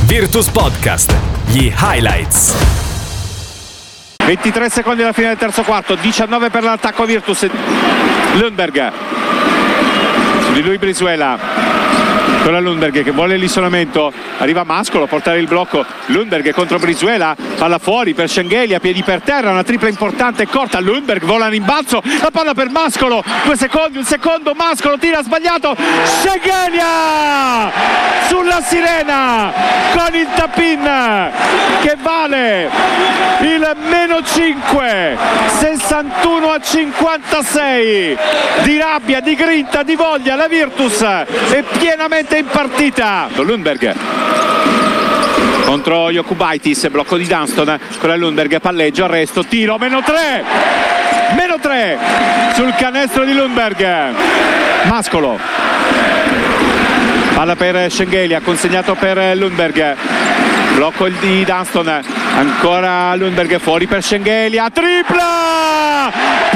Virtus Podcast, gli highlights. 23 secondi alla fine del terzo quarto, 19 per l'attacco Virtus. Lundberg, su di lui Brizuela, con la Lundberg che vuole l'isolamento, arriva Mascolo a portare il blocco. Lundberg contro Brizuela, palla fuori per Shengelia, piedi per terra, una tripla importante e corta. Lundberg vola in rimbalzo, la palla per Mascolo, 2 secondi, un secondo, Mascolo tira sbagliato, Shengelia sulla sirena con il tap-in che vale il meno 5, 61-56 di rabbia, di grinta, di voglia. La Virtus è pienamente in partita. Lundberg contro Jokubaitis, blocco di Dunston con la Lundberg, palleggio, arresto, tiro, meno 3 sul canestro di Lundberg. Mascolo, palla per Shengelia, consegnato per Lundberg, blocco di Dunston, ancora Lundberg fuori per Shengelia, tripla,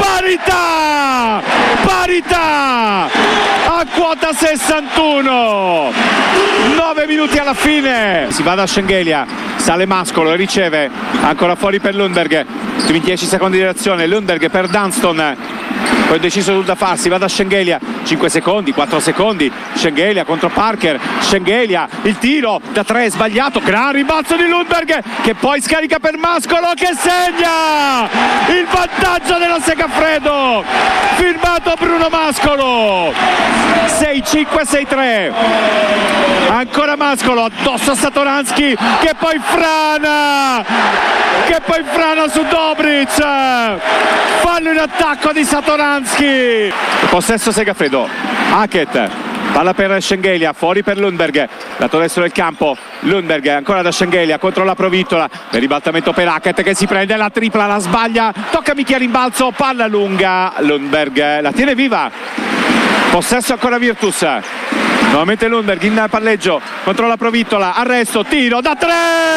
parità a quota 61, 9 minuti alla fine, si va da Shengelia, sale Mascolo, riceve, ancora fuori per Lundberg, ultimi 10 secondi di reazione, Lundberg per Dunston, poi deciso tutto da farsi, va da Shengelia, 5 secondi, 4 secondi, Shengelia contro Parker, Shengelia, il tiro da 3 sbagliato, gran rimbalzo di Lundberg che poi scarica per Mascolo che segna il vantaggio della Segafredo, firmato Bruno Mascolo, 6-5, 6-3, ancora Mascolo addosso a Satoransky che poi frana su Dobric, fallo in attacco di Satoransky, possesso Segafredo. Hackett, palla per Shengelia, fuori per Lundberg, lato destro del campo, Lundberg ancora da Shengelia contro la Provittola, il ribaltamento per Hackett che si prende la tripla, la sbaglia, tocca Michi a rimbalzo, palla lunga, Lundberg la tiene viva, possesso ancora Virtus, nuovamente Lundberg in palleggio contro la Provittola, arresto, tiro da 3,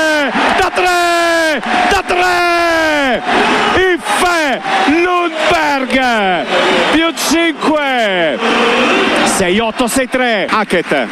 Iffe Lundberg più 5, 6-8, 6-3. Hackett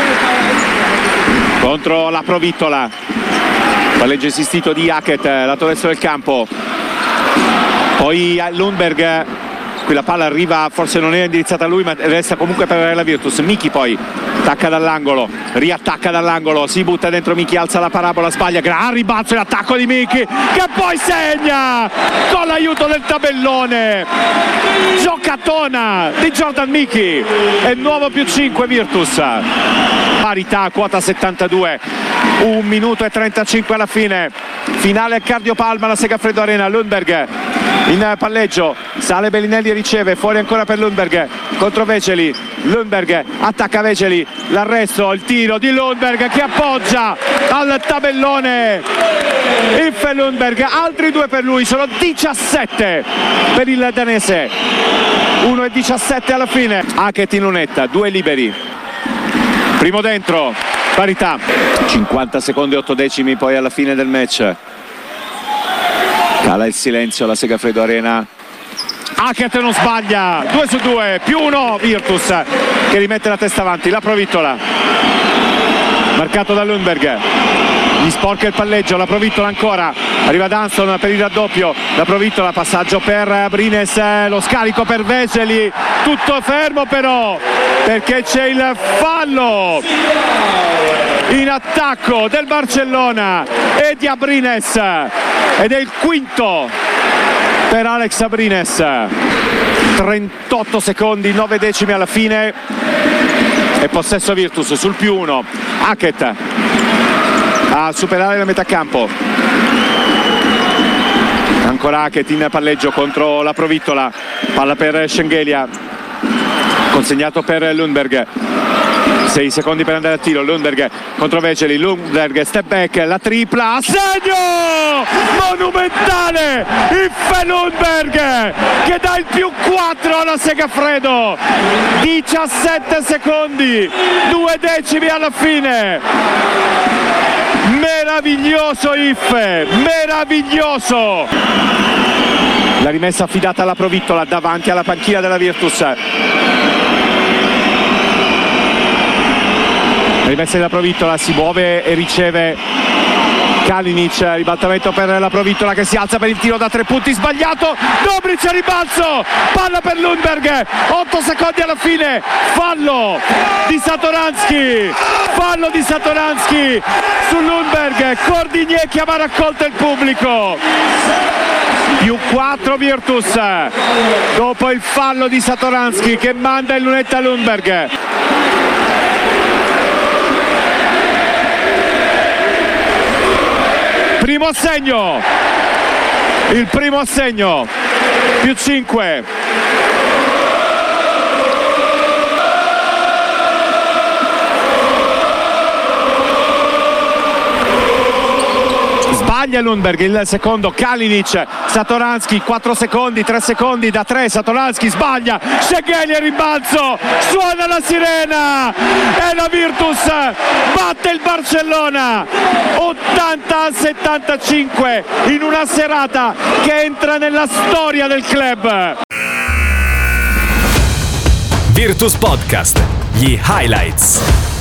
contro la Provittola, palleggio esistito di Hackett, lato destro del campo, poi Lundberg, qui la palla arriva, forse non è indirizzata a lui ma resta comunque per la Virtus. Michi poi attacca dall'angolo, riattacca dall'angolo, si butta dentro Michi, alza la parabola, sbaglia, gran ribalzo e l'attacco di Michi che poi segna con l'aiuto del tabellone, giocatona di Jordan Michi e nuovo più 5 Virtus, parità quota 72, 1 minuto e 35 alla fine, finale cardiopalma alla Segafredo Arena. Lundberg in palleggio, sale Bellinelli e riceve, fuori ancora per Lundberg contro Veceli, Lundberg attacca Veceli, l'arresto, il tiro di Lundberg che appoggia al tabellone Iffe Lundberg, altri 2 per lui, sono 17 per il danese, 1-17 alla fine. Hackett in lunetta, 2 liberi, primo dentro, parità, 50 secondi e 8 decimi poi alla fine del match. Cala il silenzio alla Segafredo Arena. Hackett non sbaglia, 2 su 2, più 1 Virtus che rimette la testa avanti. La Provittola, marcato da Lundberg, gli sporca il palleggio, la Provittola ancora, arriva Dunston per il raddoppio, la Provittola, passaggio per Brines, lo scarico per Veseli, tutto fermo però perché c'è il fallo in attacco del Barcellona e di Abrines ed è il quinto per Alex Abrines, 38 secondi 9 decimi alla fine e possesso Virtus sul più 1. Hackett a superare la metà campo, ancora Hackett in palleggio contro la Provittola, palla per Shengelia, consegnato per Lundberg, 6 secondi per andare a tiro. Lundberg contro Veceli, Lundberg step back, la tripla, segno monumentale Iffe Lundberg che dà il più 4 alla Segafredo, 17 secondi 2 decimi alla fine, meraviglioso Iffe, meraviglioso. La rimessa affidata alla Provittola davanti alla panchina della Virtus, rimessa da Provittola, si muove e riceve Kalinic, ribaltamento per la Provittola che si alza per il tiro da 3 punti sbagliato, Dobric a rimbalzo, palla per Lundberg, 8 secondi alla fine, fallo di Satoranski su Lundberg, Cordigné che aveva raccolto il pubblico, più 4 Virtus dopo il fallo di Satoranski che manda in lunetta Lundberg. Il primo assegno, più 5. Sbaglia Lundberg, il secondo Kalinic, Satoranski, 4 secondi, 3 secondi da 3, Satoranski sbaglia, Szegely a rimbalzo, suona la sirena e la Virtus batte il Barcellona 80-75 in una serata che entra nella storia del club. Virtus Podcast, gli highlights.